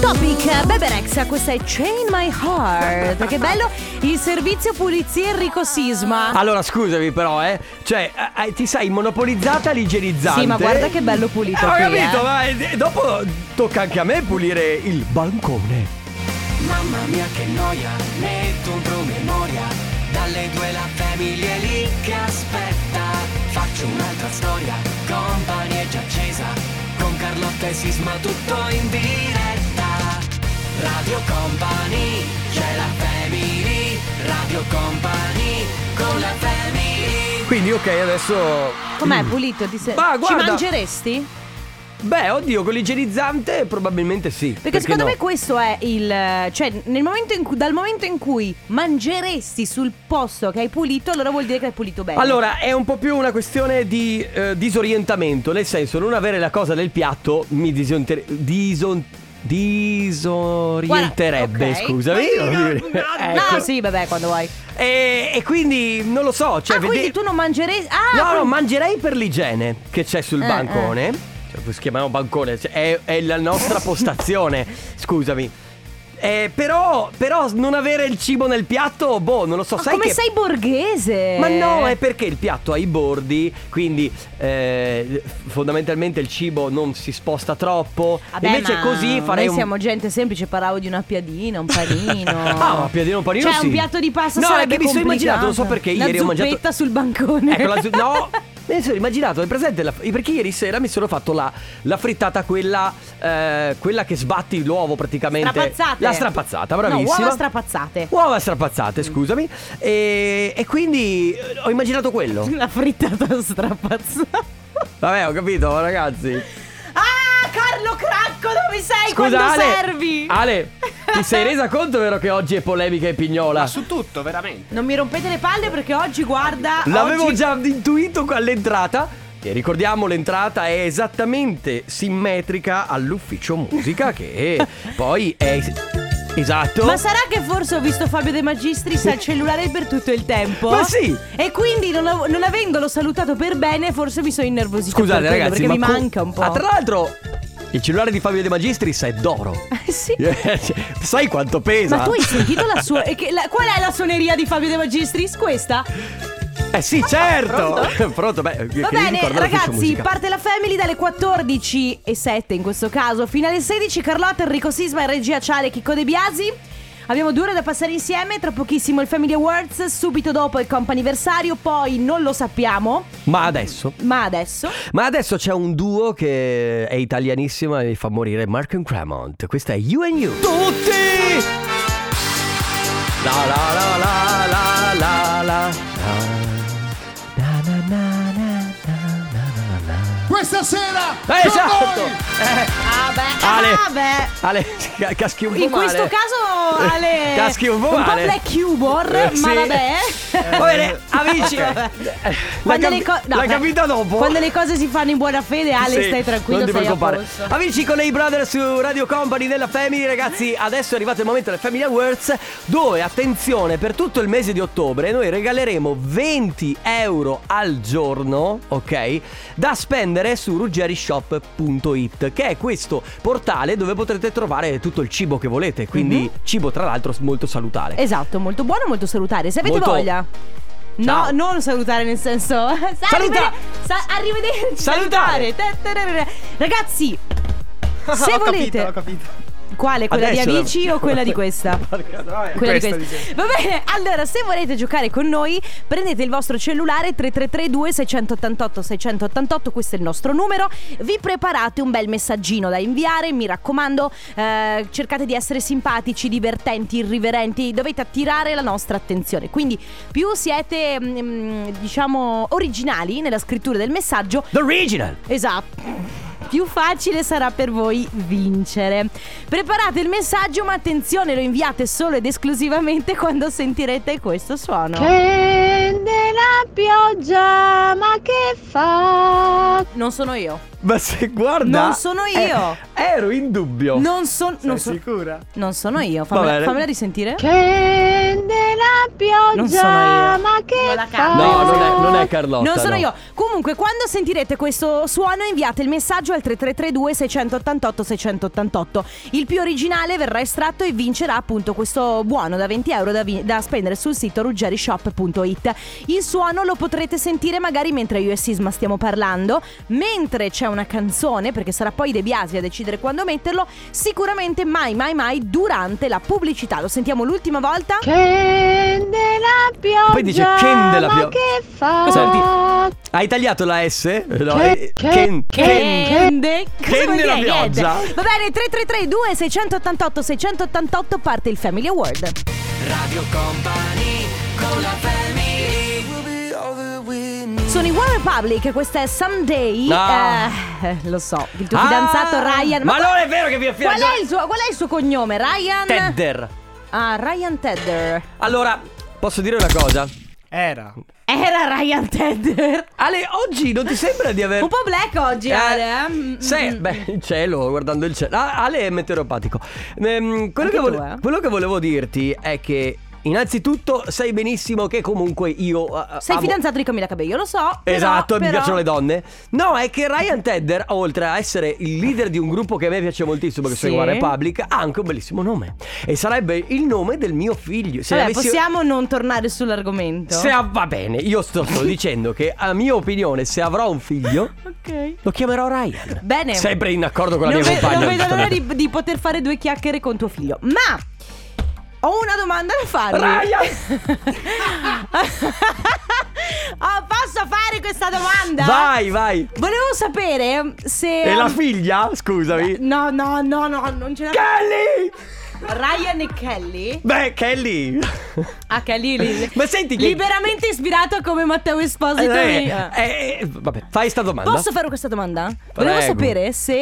Topic, Bebe Rexha, questa è Chain My Heart. Che bello il servizio pulizia Enrico Sisma. Allora scusami però, cioè ti sei monopolizzata l'igienizzante. Sì, ma guarda che bello pulito ho qui, capito, ma dopo tocca anche a me pulire il bancone. Mamma mia che noia, metto un promemoria. Dalle 2 la famiglia è lì che aspetta. Faccio un'altra storia, compagnia è già accesa. Con Carlotta e Sisma tutto in diretta. Radio Company, c'è la family. Radio Company, con la family. Quindi ok, adesso com'è pulito? Ma ci guarda, mangeresti? Beh, oddio, con l'igienizzante probabilmente sì. Perché secondo me questo è il... Cioè, dal momento in cui mangeresti sul posto che hai pulito, allora vuol dire che hai pulito bene. Allora, è un po' più una questione di disorientamento. Nel senso, non avere la cosa nel piatto mi disorienterebbe, Guarda, okay. Scusami. No, sì, vabbè, quando vuoi. E quindi, non lo so, cioè, quindi tu non mangeresti... No, mangerei per l'igiene che c'è sul bancone. Si chiamiamo bancone, è la nostra postazione. Scusami. Però non avere il cibo nel piatto, non lo so. Ma sai come che... sei borghese? Ma no, è perché il piatto ha i bordi, quindi fondamentalmente il cibo non si sposta troppo. Vabbè, invece così farei noi siamo gente semplice, parlavo di una piadina, un panino. un piadino, un panino, cioè sì. un piatto di pasta no, sarebbe è che mi sono immaginato, non so perché ieri ho mangiato una zuppetta sul bancone. Ecco, no. Mi sono immaginato, è presente perché ieri sera mi sono fatto la frittata, quella che sbatti l'uovo praticamente. Strapazzate. La strapazzata, bravissima. No, uova strapazzate, scusami. E quindi ho immaginato quello. La frittata strapazzata. Vabbè, ho capito, ragazzi. Carlo Cracco, dove sei? Scusa, quando Ale, servi? Ale, ti sei resa conto, vero, che oggi è polemica e pignola? Ma su tutto, veramente. Non mi rompete le palle perché oggi, guarda, l'avevo già intuito all'entrata. E ricordiamo, l'entrata è esattamente simmetrica all'ufficio musica, che poi è... Esatto. Ma sarà che forse ho visto Fabio De Magistris al cellulare per tutto il tempo? Ma sì. E quindi non avendolo salutato per bene, forse mi sono innervosito. Scusate, per quello, ragazzi, perché mi manca un po'. Tra l'altro il cellulare di Fabio De Magistris è d'oro. Sì. Sai quanto pesa? Ma tu hai sentito la sua... qual è la suoneria di Fabio De Magistris? Questa? Sì, certo. Pronto? Va bene, ragazzi, parte la family dalle 14:07 in questo caso fino alle 16. Carlotta, Enrico Sisma e regia Ciale, Chicco De Biasi. Abbiamo 2 ore da passare insieme. Tra pochissimo il Family Awards, subito dopo il comp'anniversario. Poi non lo sappiamo. Ma adesso c'è un duo che è italianissimo e mi fa morire, Mark and Cremont. Questa è You and You. Tutti! La la la la la la la. Questa sera esatto. Ale, caschi un po' in male. questo caso Ale caschi un po' male, male. un po' black humor, sì. ma vabbè. Va bene, amici. L'hai capita dopo. Quando le cose si fanno in buona fede, Ale, sì, stai tranquillo, non ti stai preoccupare. a posto. Amici, con i brother su Radio Company della Family, ragazzi, adesso è arrivato il momento del Family Awards, dove, attenzione, per tutto il mese di ottobre noi regaleremo 20 euro al giorno, ok, da spendere su ruggerishop.it, che è questo portale dove potrete trovare tutto il cibo che volete, quindi cibo tra l'altro molto salutare. Esatto, molto buono, molto salutare. Se avete voglia. Ciao. No, non salutare nel senso arrivederci. Salutare. Ragazzi, se volete Ho capito. Quale? Quella adesso di Amici o quella di questa? Quella di questa. Va bene, allora se volete giocare con noi prendete il vostro cellulare 3332 688 688, questo è il nostro numero. Vi preparate un bel messaggino da inviare, mi raccomando, cercate di essere simpatici, divertenti, irriverenti, dovete attirare la nostra attenzione. Quindi più siete diciamo originali nella scrittura del messaggio, The Original. esatto, più facile sarà per voi vincere. Preparate il messaggio, ma attenzione, lo inviate solo ed esclusivamente quando sentirete questo suono. Scende la pioggia, ma che fa? Non sono io. Ma se guarda, Non sono io. Ero in dubbio. Non sono. Sicura? Non sono io. Va bene. Fammela risentire. Scende la pioggia, Non sono io. ma che Non la fa? canto. No, non è Carlotta. Non sono no. io. Comunque, quando sentirete questo suono, inviate il messaggio al 3332 688 688. Il più originale verrà estratto e vincerà appunto questo buono da 20 euro da spendere sul sito ruggerishop.it. Il suono lo potrete sentire magari mentre io e Sisma stiamo parlando, mentre c'è una canzone, perché sarà poi De Biasi a decidere quando metterlo. Sicuramente mai durante la pubblicità. Lo sentiamo l'ultima volta. Scende la pioggia, Poi dice scende la ma pioggia. che fa? Senti, hai tagliato la S? No, Che- Kende Kende la pioggia. Va bene, 3332 688 688 parte il Family Award. Radio Company con la family. Sono i One Republic, questa è Someday. No. Lo so, il tuo fidanzato Ryan. Ma non è vero che vi ho qual è il suo cognome? Ryan Tedder. Ah, Ryan Tedder. Allora, posso dire una cosa? Era Ryan Tedder. Ale, oggi non ti sembra di aver... Un po' black oggi, Ale. Beh, il cielo, guardando il cielo. Ale è meteoropatico. Quello Anche che volevo dirti è che innanzitutto sai benissimo che comunque io Sei amo... fidanzato di Camilla Cabello, lo so. Esatto, però, mi piacciono le donne. No, è che Ryan Tedder, oltre a essere il leader di un gruppo che a me piace moltissimo, che sono i One Republic, ha anche un bellissimo nome. E sarebbe il nome del mio figlio. Se Vabbè, avessi... possiamo non tornare sull'argomento? Va bene, io sto dicendo che a mia opinione, se avrò un figlio, Ok. lo chiamerò Ryan. Bene. Sempre in accordo con la Non mia ve- compagna. Non vedo l'ora giustamente. di poter fare due chiacchiere con tuo figlio. Ma ho una domanda da farvi. Ryan! Oh, posso fare questa domanda? Vai. Volevo sapere se E la figlia? Scusami. No, non ce l'ha. Kelly! Ryan e Kelly? Beh, Kelly. Ah, Kelly Ma senti che... liberamente ispirato come Matteo Esposito. Vabbè, fai sta domanda. Posso fare questa domanda? Prego. Volevo sapere se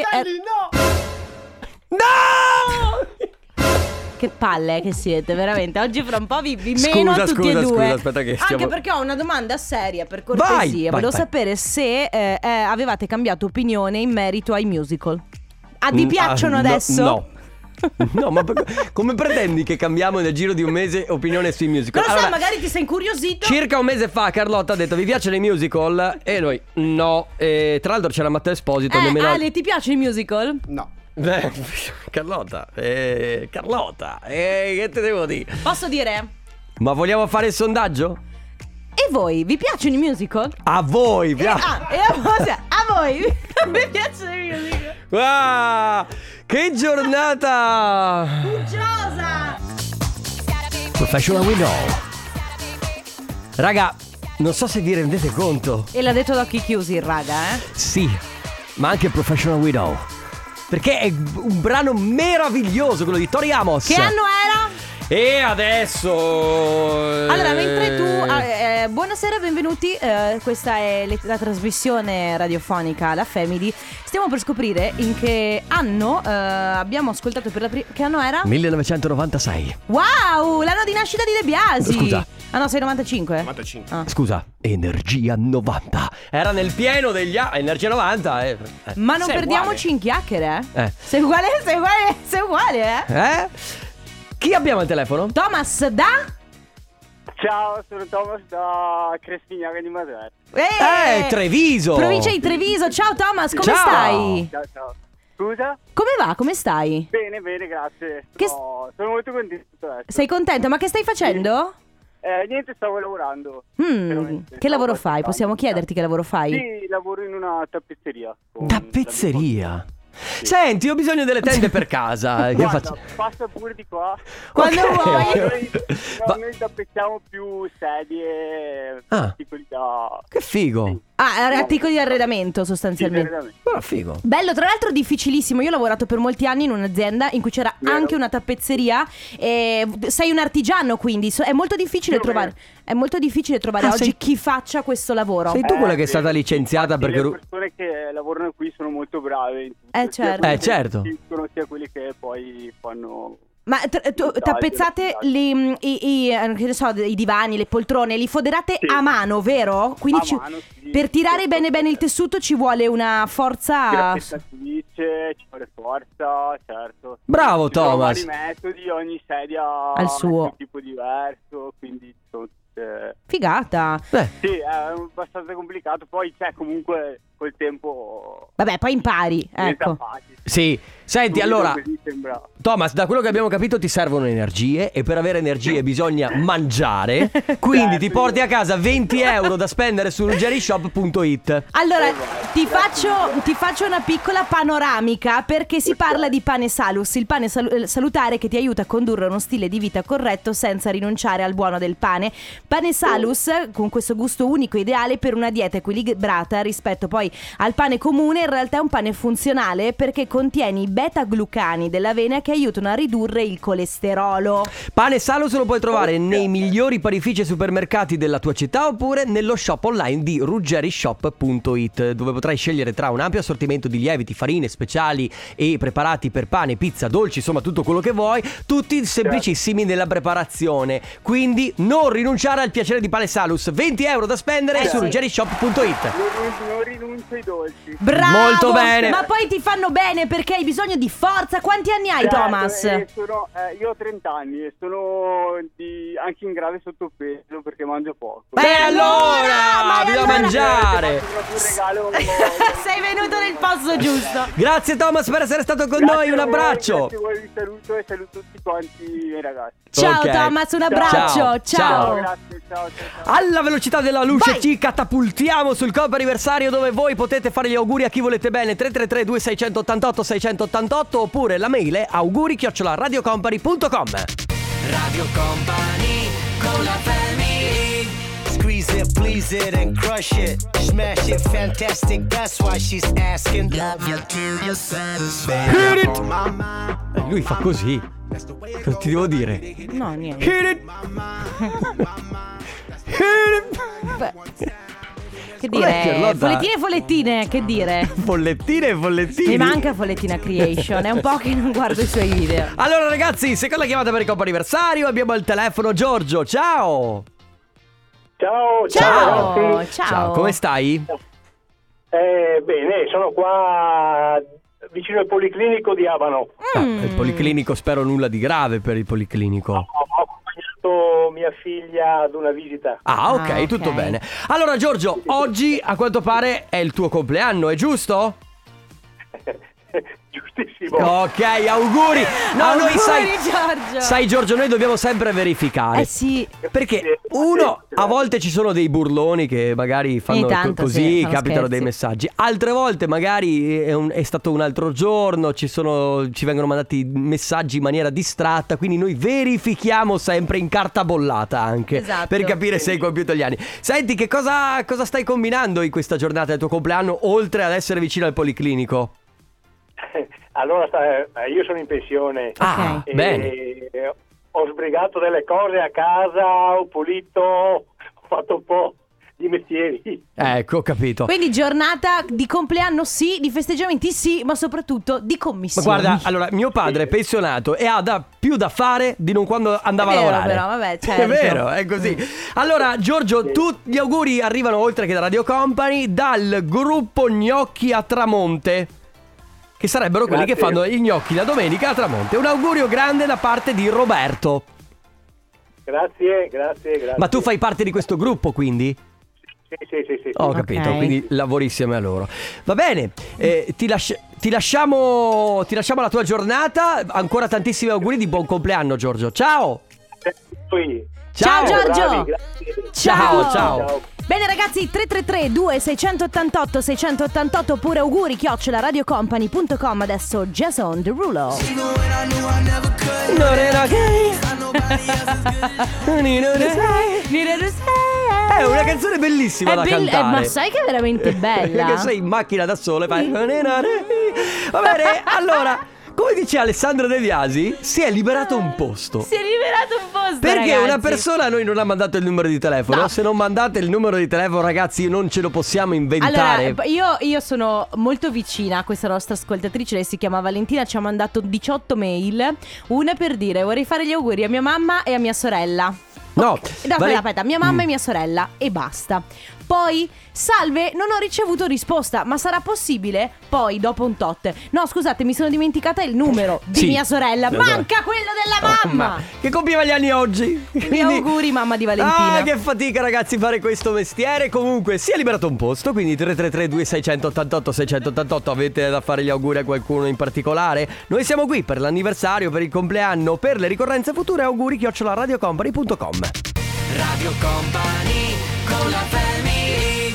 No! Che palle che siete, veramente. Oggi fra un po' vi meno a tutti e due. Scusa, aspetta che stiamo... Anche perché ho una domanda seria, per cortesia. Vai. Volevo sapere se avevate cambiato opinione in merito ai musical. Vi piacciono adesso? No. No, ma come pretendi che cambiamo nel giro di un mese opinione sui musical? Non lo so, Allora, magari ti sei incuriosito. circa un mese fa Carlotta ha detto vi piacciono i musical? E noi no. E tra l'altro c'era Matteo Esposito. nemmeno... Ale, ti piacciono i musical? no. Carlotta, che te devo dire? Posso dire? Ma vogliamo fare il sondaggio? E voi, vi piacciono i musical? A voi, E a voi vi piacciono i musical? Ah, che giornata! Uggiosa! Professional Window. Raga, non so se vi rendete conto. E l'ha detto ad occhi chiusi il raga, Sì, ma anche Professional Widow, perché è un brano meraviglioso, quello di Tori Amos. Che anno era? E adesso Allora, mentre tu buonasera, benvenuti. Questa è la trasmissione radiofonica La Family. Stiamo per scoprire in che anno abbiamo ascoltato per la prima. Che anno era? 1996. Wow, l'anno di nascita di De Biasi. Scusa. Ah no, sei 95? 95. Ah. Scusa, Energia 90. Era nel pieno degli Energia 90. Ma non Sei perdiamoci in chiacchiere, Sei uguale, Chi abbiamo al telefono? Thomas da? Ciao, sono Thomas da Crespignaga di Matera. Treviso. Provincia di Treviso. Ciao Thomas, come Ciao. stai? Ciao. Scusa? Come va? Come stai? Bene, grazie. Che sono molto contento adesso. Sei contento? Ma che stai facendo? Niente, stavo lavorando. Che lavoro fai? Possiamo chiederti che lavoro fai? Sì, lavoro in una tappezzeria. Tappezzeria? Senti, ho bisogno delle tende per casa. Che Guarda, faccio? passa pure di qua. Quando vuoi. Noi tappezziamo più sedie, articoli da... Che figo. Articoli di arredamento sostanzialmente. veramente. Però figo. Bello, tra l'altro difficilissimo. Io ho lavorato per molti anni in un'azienda in cui c'era anche una tappezzeria. Sei un artigiano, quindi è molto difficile trovare. È molto difficile trovare oggi sei- chi faccia questo lavoro. Sei tu quella che è stata licenziata Infatti, perché... le persone che lavorano qui sono molto brave in tutto, certo. sia quelli che certo. gestiscono, sia quelli che poi fanno Ma tappezzate i divani, le poltrone, li foderate a mano, vero? Quindi mano, sì. Per tirare bene il tessuto ci vuole una forza. Ci vuole forza, certo. Bravo Thomas. Ci sono vari metodi, ogni sedia al suo un tipo diverso, quindi figata. Sì, è abbastanza complicato. Poi comunque col tempo. Vabbè, poi impari, ecco. Sì, senti, allora sembra... Thomas, da quello che abbiamo capito ti servono energie e per avere energie bisogna mangiare, quindi ti porti a casa 20 euro da spendere su ruggerishop.it. Allora, ti faccio una piccola panoramica perché si parla di pane Salus, il pane salutare che ti aiuta a condurre uno stile di vita corretto senza rinunciare al buono del pane. Pane Salus con questo gusto unico ideale per una dieta equilibrata rispetto poi al pane comune. In realtà è un pane funzionale perché contiene i beta-glucani dell'avena che aiutano a ridurre il colesterolo. Pane Salus lo puoi trovare nei migliori panifici e supermercati della tua città oppure nello shop online di ruggerishop.it, dove potrai scegliere tra un ampio assortimento di lieviti, farine speciali e preparati per pane, pizza, dolci, insomma tutto quello che vuoi, tutti semplicissimi nella preparazione. Quindi non rinunciare al piacere di pane Salus. 20 euro da spendere su ruggerishop.it. Non rinuncio ai dolci. Bravo! Molto bene. Ma poi ti fanno bene perché hai bisogno di forza. Quanti anni hai, Thomas? Io ho 30 anni e sono anche in grave sottopeso perché mangio poco. Allora bisogna mangiare. Un regalo. Sei venuto nel posto giusto. Grazie Thomas per essere stato con noi, un abbraccio. Vi saluto e saluto tutti quanti i miei ragazzi. Ciao Ok. Thomas, un abbraccio. Ciao. Grazie, ciao. Alla velocità della luce Vai. ci catapultiamo sul compo anniversario dove voi potete fare gli auguri a chi volete bene. 333 2688 688 oppure la mail è auguri@radiocompany.com. Radio Company con la family. Squeeze it, please it and crush it. Smash it, fantastic, that's why she's asking. Love you till you're satisfied. Hit it. On my mind. Lui fa così. Cosa ti devo dire? No, niente. Hit it. Hit it. Che Com'è, dire? Carlotta? Follettine e follettine, che dire? Follettine e follettini. Mi manca Follettina Creation, è un po' che non guardo i suoi video. Allora ragazzi, seconda chiamata per il compo anniversario. Abbiamo al telefono Giorgio. Ciao. Ciao. Come stai? Bene, sono qua vicino al Policlinico di Abano. Il policlinico, spero nulla di grave per il policlinico. Ho accompagnato mia figlia ad una visita. Ah, ok, ok. tutto bene. Allora Giorgio, oggi a quanto pare è il tuo compleanno, è giusto? Giustissimo. Ok, auguri. No, Auguri, noi Giorgio. sai Giorgio, noi dobbiamo sempre verificare. Sì. Perché a volte ci sono dei burloni che magari fanno Ogni tanto, così, sì, fanno capitano scherzi. dei messaggi. Altre volte magari è stato un altro giorno, ci vengono mandati messaggi in maniera distratta, quindi noi verifichiamo sempre in carta bollata anche, Esatto. per capire se hai compiuto gli anni. Senti, che cosa stai combinando in questa giornata del tuo compleanno, oltre ad essere vicino al policlinico? Allora, io sono in pensione. Ah, e bene. ho sbrigato delle cose a casa, ho pulito, ho fatto un po' di mestieri. Ecco, ho capito. Quindi giornata di compleanno sì, di festeggiamenti sì, ma soprattutto di Ma commissioni. guarda, allora, mio padre è pensionato e ha più da fare di non quando andava È vero, a lavorare. però, vabbè, certo. È vero, è così. Allora, Giorgio, gli auguri arrivano oltre che da Radio Company dal gruppo Gnocchi a Tramonte, che sarebbero quelli che Grazie. fanno i gnocchi la domenica a Tramonte. Un augurio grande da parte di Roberto. Grazie. Ma tu fai parte di questo gruppo, quindi? Sì. Ho capito, Ok. quindi lavori insieme a loro. Va bene, ti lasciamo la tua giornata. Ancora tantissimi auguri di buon compleanno, Giorgio. Ciao. Ciao, Giorgio. Bravi, grazie. Ciao. Bene ragazzi, 333 2688 688 oppure auguri @radiocompany.com. Adesso Jason Derulo. È una canzone bellissima da cantare. Ma sai che è veramente bella? Che sei in macchina da sole, fai. Va bene, allora come dice Alessandro De Biasi, si è liberato un posto. Si è liberato un posto, Perché ragazzi. una persona a noi non ha mandato il numero di telefono. No. Se non mandate il numero di telefono, ragazzi, non ce lo possiamo inventare. Allora, io sono molto vicina a questa nostra ascoltatrice. Lei si chiama Valentina. Ci ha mandato 18 mail. Una per dire: vorrei fare gli auguri a mia mamma e a mia sorella. No, Aspetta, mia mamma e mia sorella. E basta. Poi, salve, non ho ricevuto risposta, ma sarà possibile? Poi, dopo un tot: no, scusate, mi sono dimenticata il numero di Sì. mia sorella. Manca quello della mamma. che compiva gli anni oggi. Quindi, auguri, mamma di Valentina. Ah, che fatica, ragazzi, fare questo mestiere. Comunque, si è liberato un posto. Quindi 333-2688-688. Avete da fare gli auguri a qualcuno in particolare? Noi siamo qui per l'anniversario, per il compleanno, per le ricorrenze future. Auguri@radiocompany.com. Radio Company con la family.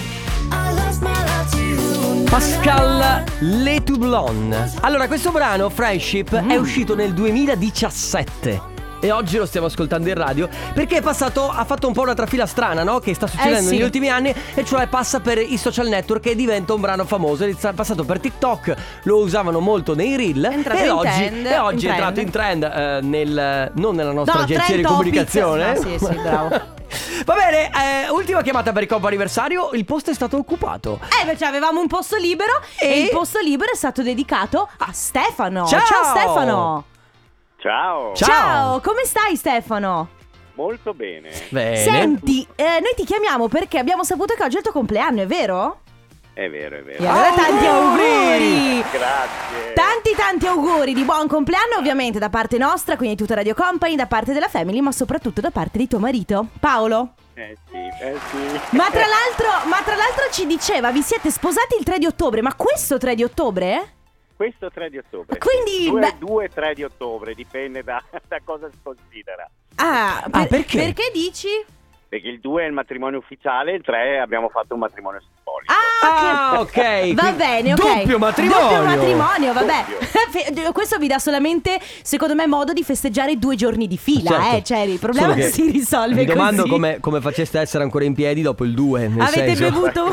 Pascal Le Toublon. Allora, questo brano Friendship è uscito nel 2017 e oggi lo stiamo ascoltando in radio perché ha fatto un po' una trafila strana, no? Che sta succedendo sì. negli ultimi anni, e cioè passa per i social network e diventa un brano famoso. È passato per TikTok, lo usavano molto nei reel, Entrato e in oggi trend, è in entrato in trend non nella nostra No, agenzia di trend comunicazione. topic. No, sì, bravo. Va bene, ultima chiamata per il compo anniversario. Il posto è stato occupato. Cioè, avevamo un posto libero e il posto libero è stato dedicato a Stefano. Ciao! Stefano. Ciao. Ciao. Come stai, Stefano? Molto bene. Bene. Senti, noi ti chiamiamo perché abbiamo saputo che oggi è il tuo compleanno, è vero? È vero, è vero. E allora tanti auguri! Grazie. Tanti auguri di buon compleanno, ovviamente da parte nostra, quindi tutta Radio Company, da parte della Family, ma soprattutto da parte di tuo marito, Paolo. Sì. Ma tra l'altro ci diceva, vi siete sposati il 3 di ottobre, ma questo 3 di ottobre? Questo 3 di ottobre. Quindi, 2-3 di ottobre, dipende da cosa si considera. Perché? Perché dici? Perché il 2 è il matrimonio ufficiale, il 3 abbiamo fatto un matrimonio simbolico. Ok. Va bene, ok. Doppio matrimonio, vabbè. Questo vi dà solamente, secondo me, modo di festeggiare 2 giorni di fila, Certo. Cioè, il problema Solo che si risolve mi domando così. come faceste a essere ancora in piedi dopo il 2. nel Avete senso... bevuto?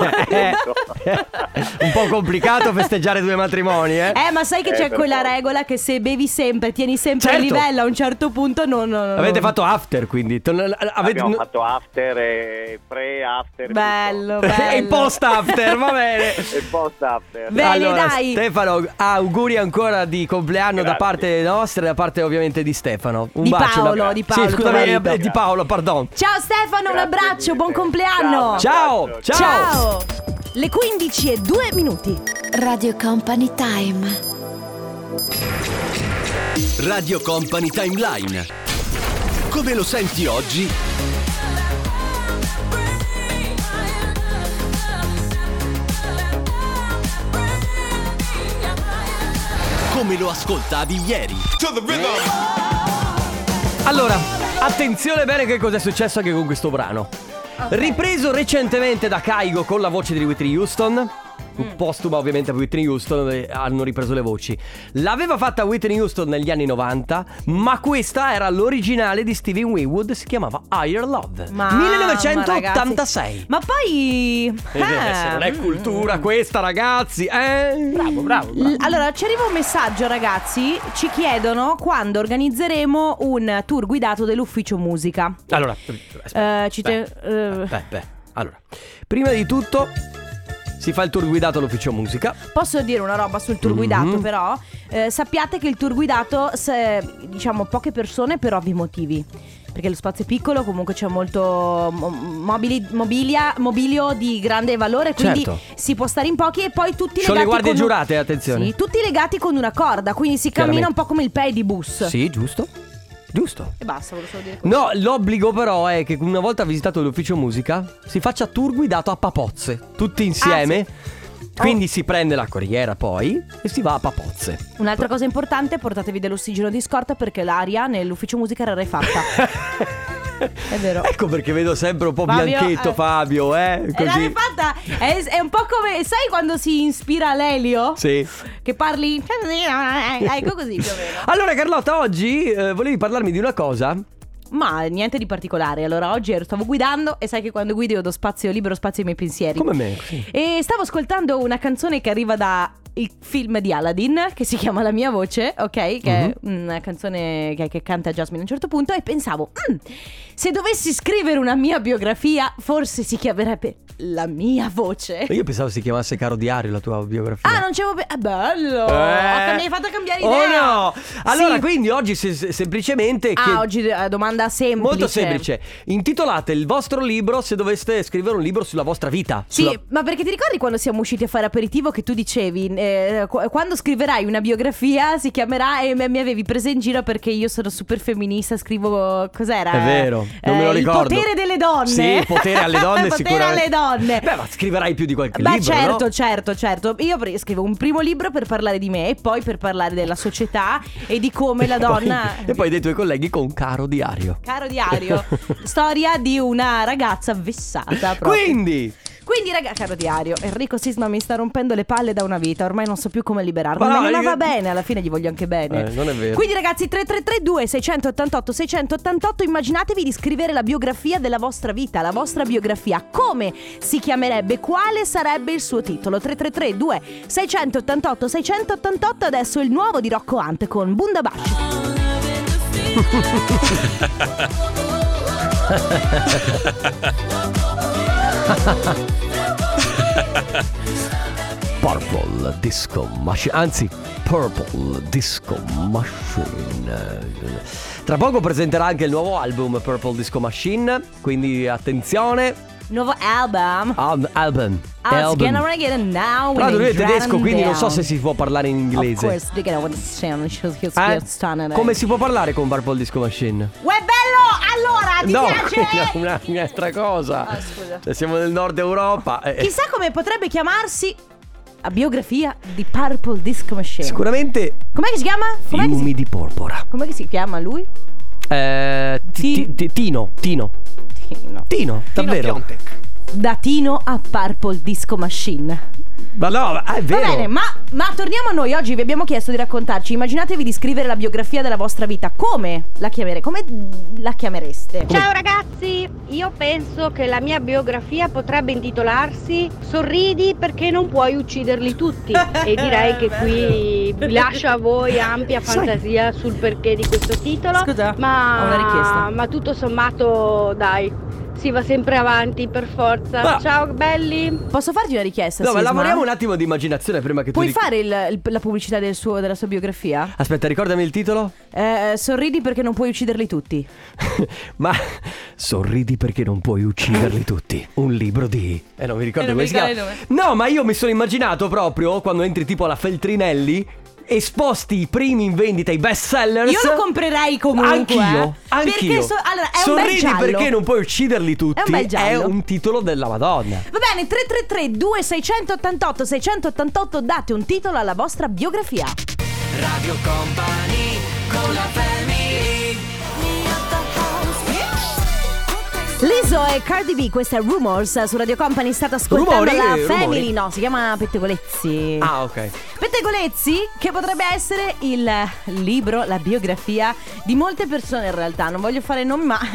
Un po' complicato festeggiare 2 matrimoni, Ma sai che c'è per quella forza. regola che se bevi sempre, tieni sempre il Certo. livello, a un certo punto non. Avete fatto after, quindi Abbiamo fatto after e pre-after. Bello, tutto. bello. e post after, va bene. E post-after. Bene, allora, dai. Stefano, auguri ancora di compleanno da Grazie. parte nostra e da parte ovviamente di Stefano. Un Di bacio. Paolo, di Paolo, Sì, tuo scusami, marito. di Paolo, pardon. Ciao Stefano, un Grazie abbraccio, mille. buon compleanno. Ciao. Ciao. Le 15:02. Radio Company Time. Radio Company Timeline. Come lo senti oggi? Come lo ascoltavi ieri? Allora, attenzione bene che cosa è successo anche con questo brano. Ripreso recentemente da Kygo con la voce di Whitney Houston. Postuma ovviamente a Whitney Houston, dove hanno ripreso le voci. L'aveva fatta Whitney Houston negli anni 90, ma questa era l'originale di Stevie Winwood, si chiamava Higher Love. 1986. Ragazzi. Ma poi Se non è cultura questa, ragazzi. Bravo. Allora, ci arriva un messaggio, ragazzi. Ci chiedono quando organizzeremo un tour guidato dell'ufficio musica. Allora, allora, prima di tutto si fa il tour guidato all'ufficio musica. Posso dire una roba sul tour guidato, però sappiate che il tour guidato, diciamo poche persone per ovvi motivi, perché lo spazio è piccolo, comunque c'è molto mobilio di grande valore, quindi Certo. si può stare in pochi, e poi tutti Sono le legati guardie con giurate, attenzione. Sì, tutti legati con una corda, quindi si cammina un po' come il pedibus. Sì, giusto. E basta, volevo solo dire questo. No, l'obbligo però è che una volta visitato l'ufficio musica si faccia tour guidato a Papozze, tutti insieme. Quindi si prende la corriera poi e si va a Papozze. Un'altra cosa importante, portatevi dell'ossigeno di scorta, perché l'aria nell'ufficio musica era rarefatta. È vero. Ecco perché vedo sempre un po' Fabio, bianchetto Fabio, È così. rarefatta, è un po' come, sai quando si ispira l'elio? Sì. Che parli ecco così più o meno. Allora Carlotta, oggi volevi parlarmi di una cosa? Ma niente di particolare. Allora oggi stavo guidando, e sai che quando guido io do spazio, libero spazio ai miei pensieri. Come me, sì. E stavo ascoltando una canzone che arriva da il film di Aladdin, che si chiama La mia voce, ok? Che è una canzone che canta Jasmine a un certo punto. E pensavo, se dovessi scrivere una mia biografia, forse si chiamerebbe La mia voce. Io pensavo si chiamasse Caro Diario la tua biografia. Ah, non c'avevo bello. Mi hai fatto cambiare idea. Oh no. Allora, sì. Quindi oggi semplicemente oggi domanda semplice. Molto semplice. Intitolate il vostro libro se doveste scrivere un libro sulla vostra vita. Sì, ma perché ti ricordi quando siamo usciti a fare aperitivo che tu dicevi quando scriverai una biografia si chiamerà, e mi avevi presa in giro perché io sono super femminista, scrivo, cos'era? È vero, non me lo ricordo. Il potere delle donne. Sì, potere alle donne. Potere alle donne. Beh, ma scriverai più di qualche libro, certo, no? certo. Io scrivo un primo libro per parlare di me e poi per parlare della società e di come la donna e poi dei tuoi colleghi con Caro Diario. Caro Diario. Storia di una ragazza vessata proprio. Quindi Caro Diario, Enrico Sisma mi sta rompendo le palle da una vita. Ormai non so più come liberarmi. Ma va bene, alla fine gli voglio anche bene. Non è vero. Quindi ragazzi, 3332 688 688, immaginatevi di scrivere la biografia della vostra vita, la vostra biografia. Come si chiamerebbe? Quale sarebbe il suo titolo? 3332 688 688. Adesso il nuovo di Rocco Hunt con Bundabash. Purple Disco Machine. Anzi, Purple Disco Machine. Tra poco presenterà anche il nuovo album Purple Disco Machine, quindi attenzione. Nuovo album. Album. Però lui è tedesco, quindi non so se si può parlare in inglese. Come si può parlare con Purple Disco Machine? Uè, bello! Allora, ti piace? Un'altra cosa. Scusa. Siamo nel nord Europa. Chissà come potrebbe chiamarsi la biografia di Purple Disco Machine. Sicuramente. Com'è che si chiama? Fiumi di porpora. Com'è che si chiama lui? Tino, davvero. Da Tino a Purple Disco Machine. Ma no, è vero. Va bene, ma torniamo a noi. Oggi vi abbiamo chiesto di raccontarci. Immaginatevi di scrivere la biografia della vostra vita. Come la chiamereste? Ciao ragazzi, io penso che la mia biografia potrebbe intitolarsi Sorridi perché non puoi ucciderli tutti. E direi che qui vi lascio a voi ampia fantasia sul perché di questo titolo. Scusa, ho ma una richiesta. Ma tutto sommato, dai, si va sempre avanti per forza. Ciao belli. Posso farti una richiesta? No, ma Sisma? lavoriamo un attimo di immaginazione prima che Puoi tu fare la pubblicità della sua biografia? Aspetta, ricordami il titolo. Sorridi perché non puoi ucciderli tutti. Ma sorridi perché non puoi ucciderli tutti. Un libro di non mi ricordo come si chiama. No, ma io mi sono immaginato proprio quando entri tipo alla Feltrinelli, esposti i primi in vendita, i best sellers. Io lo comprerei comunque. Anch'io. Perché allora è un bel Sorridi giallo. perché non puoi ucciderli tutti. È un bel giallo. È un titolo della Madonna. Va bene, 333 2688 688, date un titolo alla vostra biografia. Radio Company con la family. Lizzo e Cardi B, questa è Rumors su Radio Company. State ascoltando la Family. Rumori. No, si chiama Pettegolezzi. Ah, ok. Pettegolezzi, che potrebbe essere il libro, la biografia di molte persone in realtà. Non voglio fare nomi, ma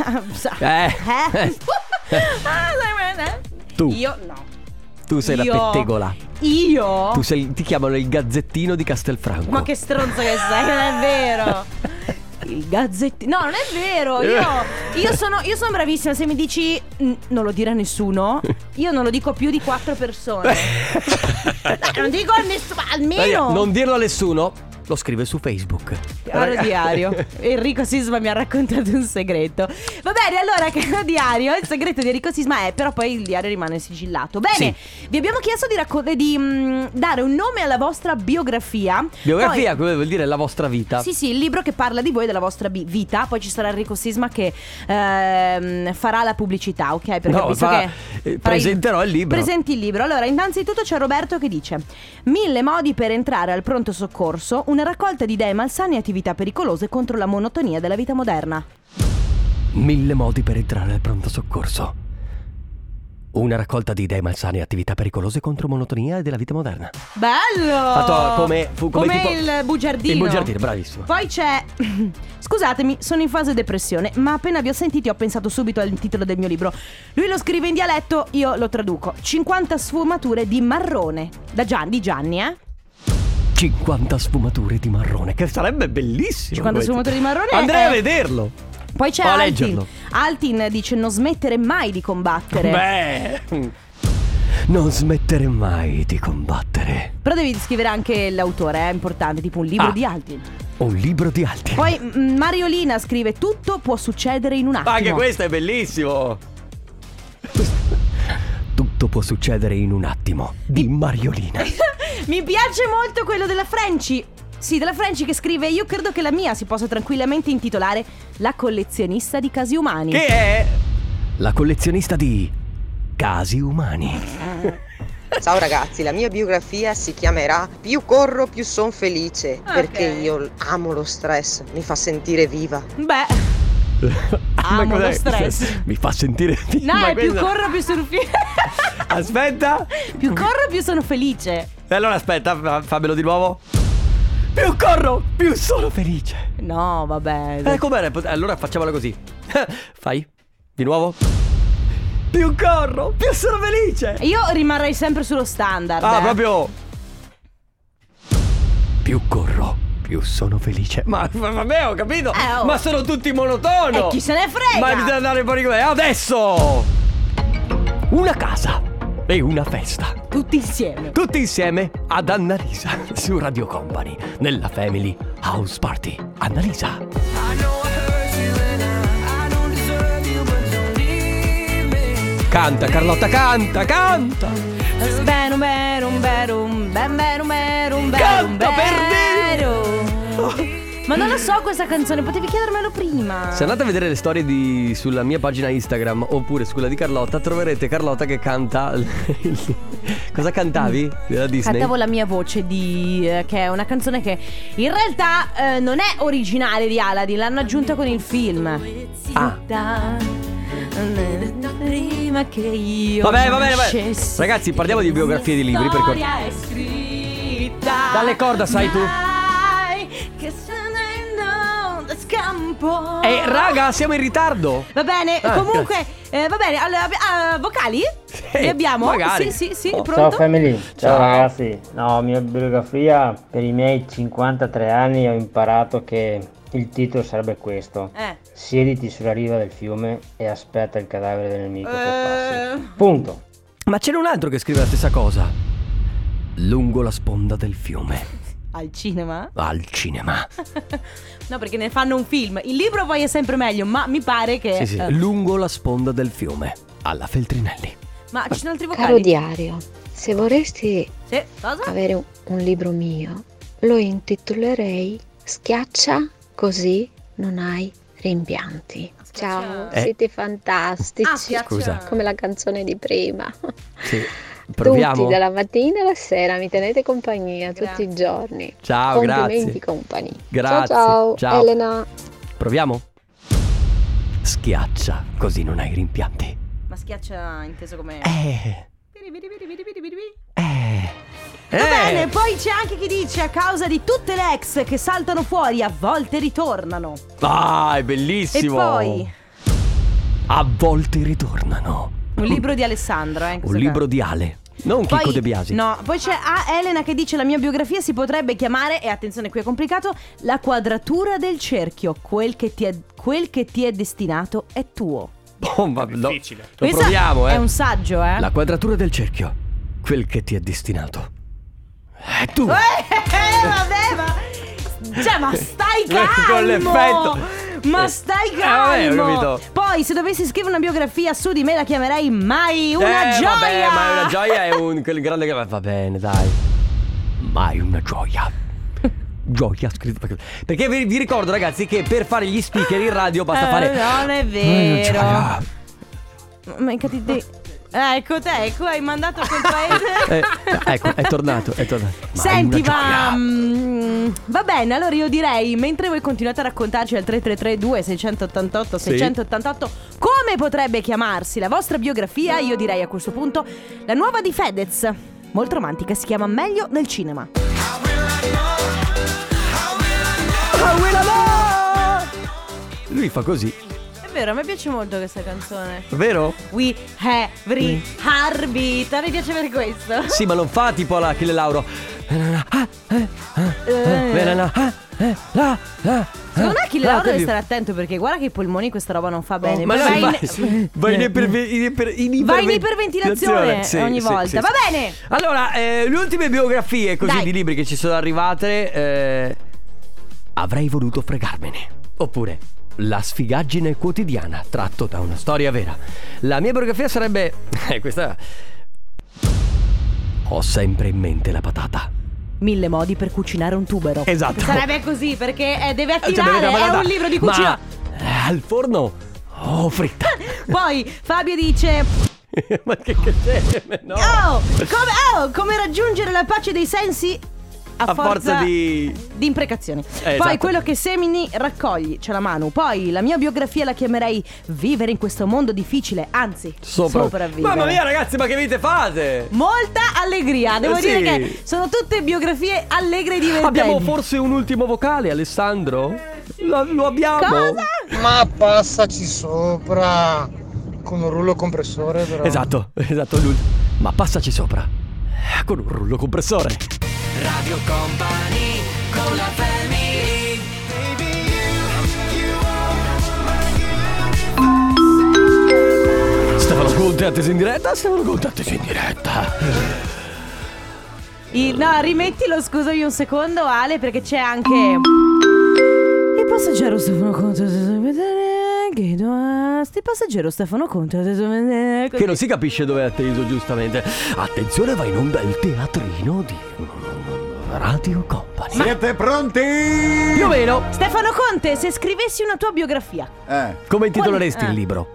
Tu. Io no. Tu sei la pettegola. Io? Ti chiamano il Gazzettino di Castelfranco. Ma che stronzo che sei, non è vero. Il Gazzettino. No, non è vero. Io sono bravissima. Se mi dici non lo dire a nessuno, io non lo dico a più di 4 persone. Non dico a nessuno, almeno. Non dirlo a nessuno. Lo scrive su Facebook. Caro Diario, Enrico Sisma mi ha raccontato un segreto. Va bene, allora, caro Diario, il segreto di Enrico Sisma è, però poi il diario rimane sigillato. Bene, vi abbiamo chiesto di dare un nome alla vostra biografia. Biografia, come vuol dire la vostra vita. Sì, il libro che parla di voi e della vostra vita. Poi ci sarà Enrico Sisma che farà la pubblicità, ok? Perché ho visto che presenterò il libro. Presenti il libro. Allora, innanzitutto c'è Roberto che dice: 1000 modi per entrare al pronto soccorso, una raccolta di idee malsane e attività pericolose contro la monotonia della vita moderna. 1000 modi per entrare al pronto soccorso. Una raccolta di idee malsane e attività pericolose contro monotonia della vita moderna. Bello! Fatto come tipo il bugiardino. Il bugiardino, bravissimo. Poi c'è: scusatemi, sono in fase depressione, ma appena vi ho sentiti ho pensato subito al titolo del mio libro. Lui lo scrive in dialetto, io lo traduco. 50 sfumature di marrone. Di Gianni, 50 sfumature di marrone, che sarebbe bellissimo. 50 sfumature di marrone. Andrei a vederlo. Poi c'è O a Altin. leggerlo. Altin dice non smettere mai di combattere. Beh, non smettere mai di combattere. Però devi scrivere anche l'autore, è importante, tipo un libro di Altin. Un libro di Altin. Poi Mariolina scrive tutto può succedere in un attimo. Ma anche questo è bellissimo. Tutto può succedere in un attimo, di Mariolina. Mi piace molto quello della Franci. Sì, della Franci che scrive: io credo che la mia si possa tranquillamente intitolare La collezionista di casi umani. Che è la collezionista di casi umani. Ciao ragazzi, la mia biografia si chiamerà Più corro più son felice, perché io amo lo stress, mi fa sentire viva. Beh, amo lo stress. Mi fa sentire viva. No, è più corro più sono Aspetta. Più corro più sono felice. E allora aspetta, fammelo di nuovo. Più corro, più sono felice. No, vabbè. Com'era? Allora facciamola così. Fai di nuovo. Più corro, più sono felice. Io rimarrei sempre sullo standard. Proprio. Più corro, più sono felice. Ma vabbè, ho capito. Ma sono tutti monotono. Chi se ne frega. Ma bisogna andare fuori con me. Adesso una casa e una festa. Tutti insieme ad Annalisa su Radio Company nella Family House Party. Annalisa. Canta Carlotta, canta. Canta per Dio. Ma non lo so questa canzone, potevi chiedermelo prima. Se andate a vedere le storie sulla mia pagina Instagram oppure su quella di Carlotta, troverete Carlotta che canta. Cosa cantavi? Della Disney? Cantavo La mia voce che è una canzone che in realtà non è originale di Aladdin, l'hanno aggiunta con il film. Prima che io Vabbè. Ragazzi, parliamo di biografie di libri, perché è scritta dalle corda sai tu. Che se ne da scampo. Raga, siamo in ritardo. Va bene, comunque va bene, allora vocali? Li abbiamo? Magari. Sì, pronto? Ciao family, ciao ragazzi. No, mia biografia, per i miei 53 anni ho imparato che il titolo sarebbe questo: siediti sulla riva del fiume e aspetta il cadavere del nemico che passi. Punto. Ma c'era un altro che scrive la stessa cosa. Lungo la sponda del fiume. Al cinema? Al cinema. No, perché ne fanno un film. Il libro poi è sempre meglio, ma mi pare che Sì. Lungo la sponda del fiume, alla Feltrinelli. Ma ci sono altri vocali? Caro diario, se vorresti cosa? avere un libro mio, lo intitolerei Schiaccia così non hai rimpianti. Ciao, siete fantastici. Scusa. Come la canzone di prima. Sì. Proviamo. Tutti dalla mattina alla sera mi tenete compagnia tutti i giorni. Ciao, Complimenti grazie. company. Grazie. Ciao. Elena. Proviamo. Schiaccia così non hai rimpianti. Ma schiaccia inteso come Va bene, poi c'è anche chi dice: a causa di tutte le ex che saltano fuori, a volte ritornano. È bellissimo. E poi a volte ritornano. un libro di Alessandro, Un libro di Ale, non Chicco De Biasi. No, poi c'è Elena che dice: la mia biografia si potrebbe chiamare, e attenzione qui è complicato, La quadratura del cerchio. Quel che ti è destinato è tuo. Difficile. Lo Questa proviamo, è un saggio, La quadratura del cerchio. Quel che ti è destinato è tu. Vabbè, ma stai calmo. Con l'effetto. Ma stai vabbè, ho calmo. capito. Poi se dovessi scrivere una biografia su di me la chiamerei Mai una gioia. Vabbè, ma una gioia è quel grande che va bene, dai. Mai una gioia. Gioia scritto perché vi ricordo, ragazzi, che per fare gli speaker in radio basta fare non è vero. Ma ecco te, ecco, hai mandato a quel paese. Ecco, è tornato. Senti, va bene, allora io direi, mentre voi continuate a raccontarci al 3332 688 688 come potrebbe chiamarsi la vostra biografia, io direi a questo punto la nuova di Fedez, molto romantica, si chiama Meglio nel cinema. Lui fa così. È vero, a me piace molto questa canzone. Vero? We every heartbeat. A me piace per questo. Sì, ma non fa tipo la Achille Lauro. Secondo me Achille Lauro deve stare attento, perché guarda che i polmoni questa roba non fa bene. Ma vai in iperventilazione ogni volta. Va bene. Allora, le ultime biografie così di libri che ci sono arrivate. Avrei voluto fregarmene. Oppure La sfigaggine quotidiana, tratto da una storia vera. La mia biografia sarebbe questa. Ho sempre in mente la patata. 1000 modi per cucinare un tubero. Esatto. Sarebbe così, perché deve attirare. È un libro di cucina. Ma al forno o fritta. Poi Fabio dice: ma che c'è? No. Come raggiungere la pace dei sensi a forza di imprecazioni. Poi esatto. Quello che semini raccogli, c'è la Manu. Poi la mia biografia la chiamerei Vivere in questo mondo difficile, anzi sopravvivere. Mamma mia ragazzi, ma che vite fate? Molta allegria. Devo dire che sono tutte biografie allegre e divertenti. Abbiamo forse un ultimo vocale, Alessandro? Lo abbiamo. Cosa? Ma passaci sopra con un rullo compressore però. Esatto Ma passaci sopra con un rullo compressore. Radio Company con la family. Stefano Conte attesi in diretta. No, rimettilo, scusami un secondo Ale, perché c'è anche il passeggero Stefano Conte. Il passeggero Stefano Conte che non si capisce dove è atteso, giustamente. Attenzione, va in onda il teatrino di Radio Company. Siete pronti? Più o meno. Stefano Conte, se scrivessi una tua biografia, come intitoleresti il libro?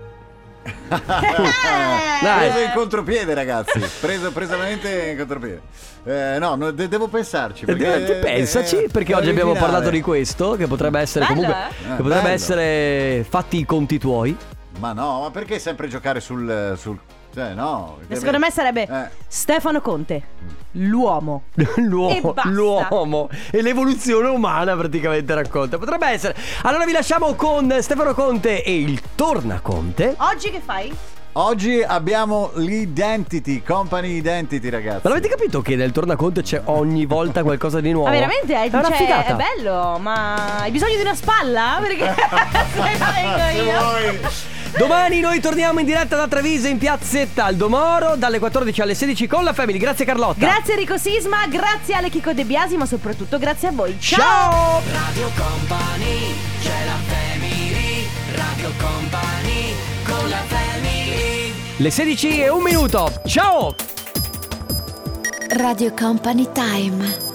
Preso in contropiede, ragazzi. Preso veramente in contropiede. No, devo pensarci. Perché pensaci, perché oggi abbiamo parlato di questo. Che potrebbe essere bello, che potrebbe essere fatti i conti tuoi. Ma no, ma perché sempre giocare sul cioè no. Secondo me sarebbe Stefano Conte, l'uomo. L'uomo e l'evoluzione umana praticamente racconta. Potrebbe essere. Allora vi lasciamo con Stefano Conte e il Tornaconte. Oggi che fai? Oggi abbiamo l'Identity, Company Identity, ragazzi. Ma l'avete capito che nel Tornaconte c'è ogni volta qualcosa di nuovo? Ma veramente? È una figata. È bello, ma hai bisogno di una spalla? Perché se no vengo io. Domani noi torniamo in diretta da Treviso in piazzetta Aldo Moro dalle 14 alle 16 con la Family. Grazie Carlotta. Grazie Enrico Sisma, grazie Ale Chico De Biasi, ma soprattutto grazie a voi. Ciao. Radio Company, c'è la Family. Radio Company con la Family. Le 16 e 1 minuto. Ciao. Radio Company Time.